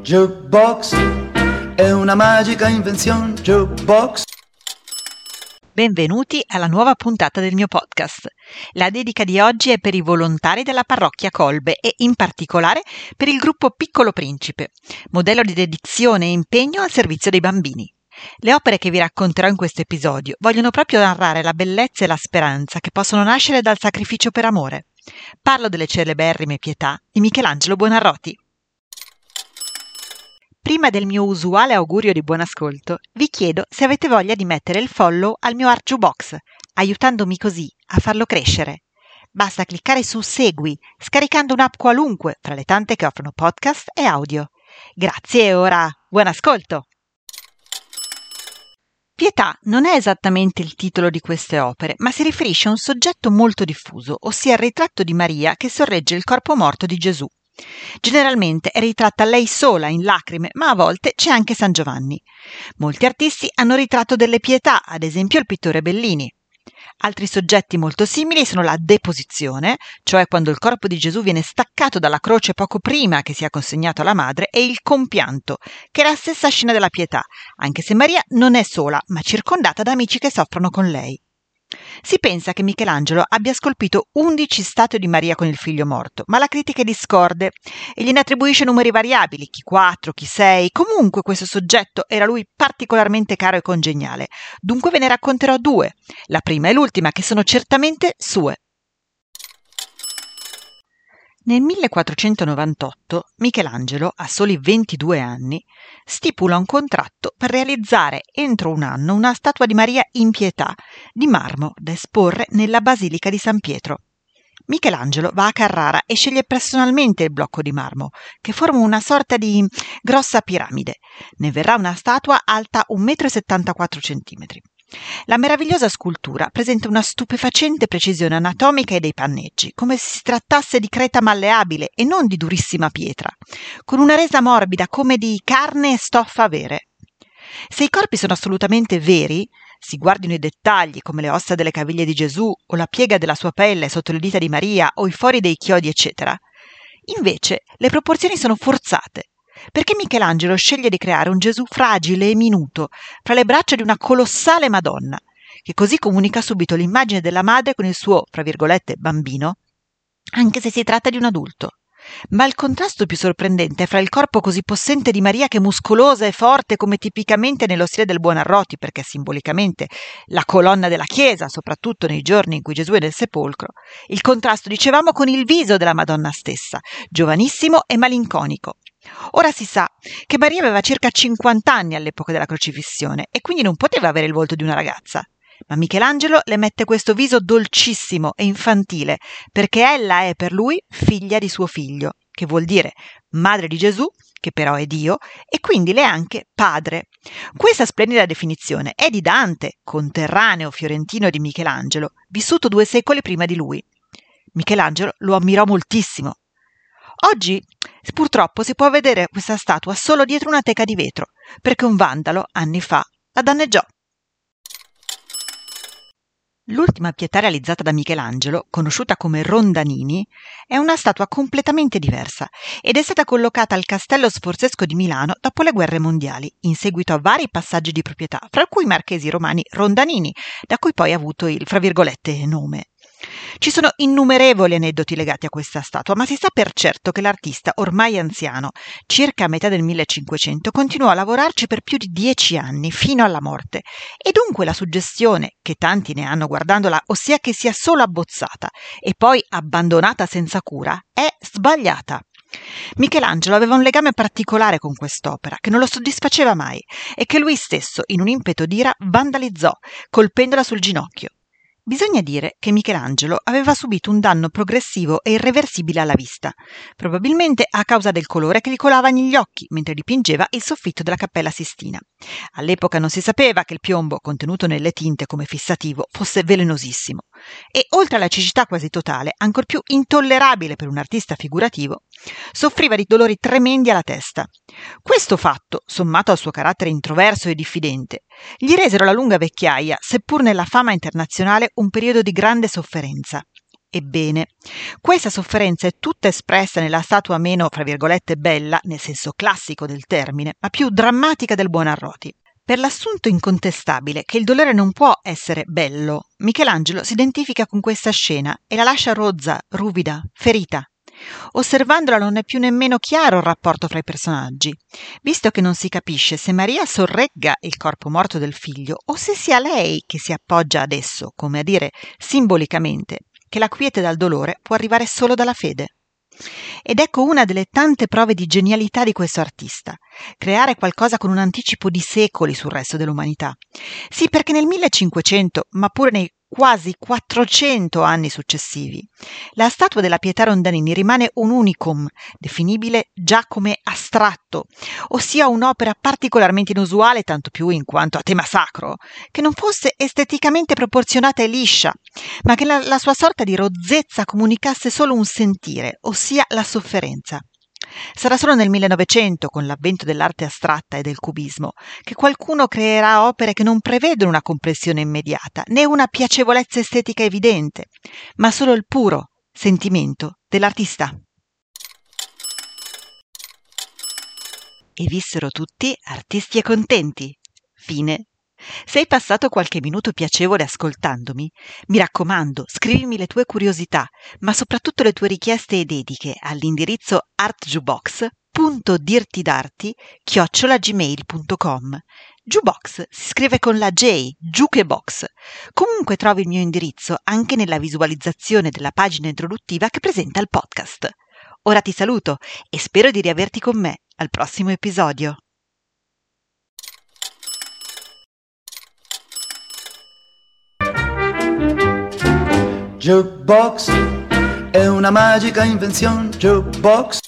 Jukebox è una magica invenzione. Jukebox. Benvenuti alla nuova puntata del mio podcast. La dedica di oggi è per i volontari della parrocchia Colbe e in particolare per il gruppo Piccolo Principe, modello di dedizione e impegno al servizio dei bambini. Le opere che vi racconterò in questo episodio vogliono proprio narrare la bellezza e la speranza che possono nascere dal sacrificio per amore. Parlo delle celeberrime Pietà di Michelangelo Buonarroti. Prima del mio usuale augurio di buon ascolto, vi chiedo se avete voglia di mettere il follow al mio Art Jukebox, aiutandomi così a farlo crescere. Basta cliccare su Segui, scaricando un'app qualunque fra le tante che offrono podcast e audio. Grazie e ora buon ascolto! Pietà non è esattamente il titolo di queste opere, ma si riferisce a un soggetto molto diffuso, ossia il ritratto di Maria che sorregge il corpo morto di Gesù. Generalmente è ritratta lei sola in lacrime, ma a volte c'è anche San Giovanni. Molti artisti hanno ritratto delle Pietà, ad esempio il pittore Bellini. Altri soggetti molto simili sono la deposizione, cioè quando il corpo di Gesù viene staccato dalla croce poco prima che sia consegnato alla madre, e il compianto, che è la stessa scena della Pietà, anche se Maria non è sola, ma circondata da amici che soffrono con lei. Si pensa che Michelangelo abbia scolpito 11 statue di Maria con il figlio morto, ma la critica è discorde e gliene attribuisce numeri variabili, chi 4, chi 6. Comunque questo soggetto era a lui particolarmente caro e congeniale, dunque ve ne racconterò 2, la prima e l'ultima, che sono certamente sue. Nel 1498 Michelangelo, a soli 22 anni, stipula un contratto per realizzare entro un anno una statua di Maria in Pietà, di marmo, da esporre nella Basilica di San Pietro. Michelangelo va a Carrara e sceglie personalmente il blocco di marmo, che forma una sorta di grossa piramide. Ne verrà una statua alta 1,74 m. La meravigliosa scultura presenta una stupefacente precisione anatomica e dei panneggi, come se si trattasse di creta malleabile e non di durissima pietra, con una resa morbida come di carne e stoffa vere. Se i corpi sono assolutamente veri, si guardino i dettagli come le ossa delle caviglie di Gesù o la piega della sua pelle sotto le dita di Maria o i fori dei chiodi, eccetera. Invece le proporzioni sono forzate, perché Michelangelo sceglie di creare un Gesù fragile e minuto fra le braccia di una colossale Madonna, che così comunica subito l'immagine della madre con il suo, fra virgolette, bambino, anche se si tratta di un adulto. Ma il contrasto più sorprendente è fra il corpo così possente di Maria, che è muscolosa e forte come tipicamente nello stile del Buonarroti, perché è simbolicamente la colonna della Chiesa, soprattutto nei giorni in cui Gesù è nel sepolcro. Il contrasto, dicevamo, con il viso della Madonna stessa, giovanissimo e malinconico. Ora si sa che Maria aveva circa 50 anni all'epoca della crocifissione e quindi non poteva avere il volto di una ragazza. Ma Michelangelo le mette questo viso dolcissimo e infantile, perché ella è per lui figlia di suo figlio, che vuol dire madre di Gesù, che però è Dio, e quindi le è anche padre. Questa splendida definizione è di Dante, conterraneo fiorentino di Michelangelo, vissuto 2 secoli prima di lui. Michelangelo lo ammirò moltissimo. Oggi purtroppo si può vedere questa statua solo dietro una teca di vetro, perché un vandalo anni fa la danneggiò. L'ultima Pietà realizzata da Michelangelo, conosciuta come Rondanini, è una statua completamente diversa ed è stata collocata al Castello Sforzesco di Milano dopo le guerre mondiali, in seguito a vari passaggi di proprietà, fra cui i marchesi romani Rondanini, da cui poi ha avuto il, fra virgolette, nome. Ci sono innumerevoli aneddoti legati a questa statua, ma si sa per certo che l'artista, ormai anziano, circa a metà del 1500, continuò a lavorarci per più di 10 anni, fino alla morte, e dunque la suggestione che tanti ne hanno guardandola, ossia che sia solo abbozzata e poi abbandonata senza cura, è sbagliata. Michelangelo aveva un legame particolare con quest'opera, che non lo soddisfaceva mai e che lui stesso, in un impeto d'ira, vandalizzò, colpendola sul ginocchio. Bisogna dire che Michelangelo aveva subito un danno progressivo e irreversibile alla vista, probabilmente a causa del colore che gli colava negli occhi mentre dipingeva il soffitto della Cappella Sistina. All'epoca non si sapeva che il piombo contenuto nelle tinte come fissativo fosse velenosissimo e, oltre alla cecità quasi totale, ancor più intollerabile per un artista figurativo, soffriva di dolori tremendi alla testa. Questo fatto, sommato al suo carattere introverso e diffidente, gli resero la lunga vecchiaia, seppur nella fama internazionale, un periodo di grande sofferenza. Ebbene, questa sofferenza è tutta espressa nella statua meno, fra virgolette, bella, nel senso classico del termine, ma più drammatica del Buonarroti. Per l'assunto incontestabile che il dolore non può essere bello, Michelangelo si identifica con questa scena e la lascia rozza, ruvida, ferita. Osservandola non è più nemmeno chiaro il rapporto fra i personaggi, visto che non si capisce se Maria sorregga il corpo morto del figlio o se sia lei che si appoggia ad esso, come a dire simbolicamente che la quiete dal dolore può arrivare solo dalla fede. Ed ecco una delle tante prove di genialità di questo artista: creare qualcosa con un anticipo di secoli sul resto dell'umanità. Sì, perché nel 1500, ma pure nei quasi 400 anni successivi, la statua della Pietà Rondanini rimane un unicum, definibile già come astratto, ossia un'opera particolarmente inusuale, tanto più in quanto a tema sacro, che non fosse esteticamente proporzionata e liscia, ma che la sua sorta di rozzezza comunicasse solo un sentire, ossia la sofferenza. Sarà solo nel 1900, con l'avvento dell'arte astratta e del cubismo, che qualcuno creerà opere che non prevedono una comprensione immediata, né una piacevolezza estetica evidente, ma solo il puro sentimento dell'artista. E vissero tutti artisti e contenti. Fine. Se hai passato qualche minuto piacevole ascoltandomi, mi raccomando, scrivimi le tue curiosità, ma soprattutto le tue richieste e dediche all'indirizzo artjubox.dirtidarti@gmail.com. Jukebox si scrive con la J, Jukebox. Comunque trovi il mio indirizzo anche nella visualizzazione della pagina introduttiva che presenta il podcast. Ora ti saluto e spero di riaverti con me al prossimo episodio. Jukebox è una magica invenzione. Jukebox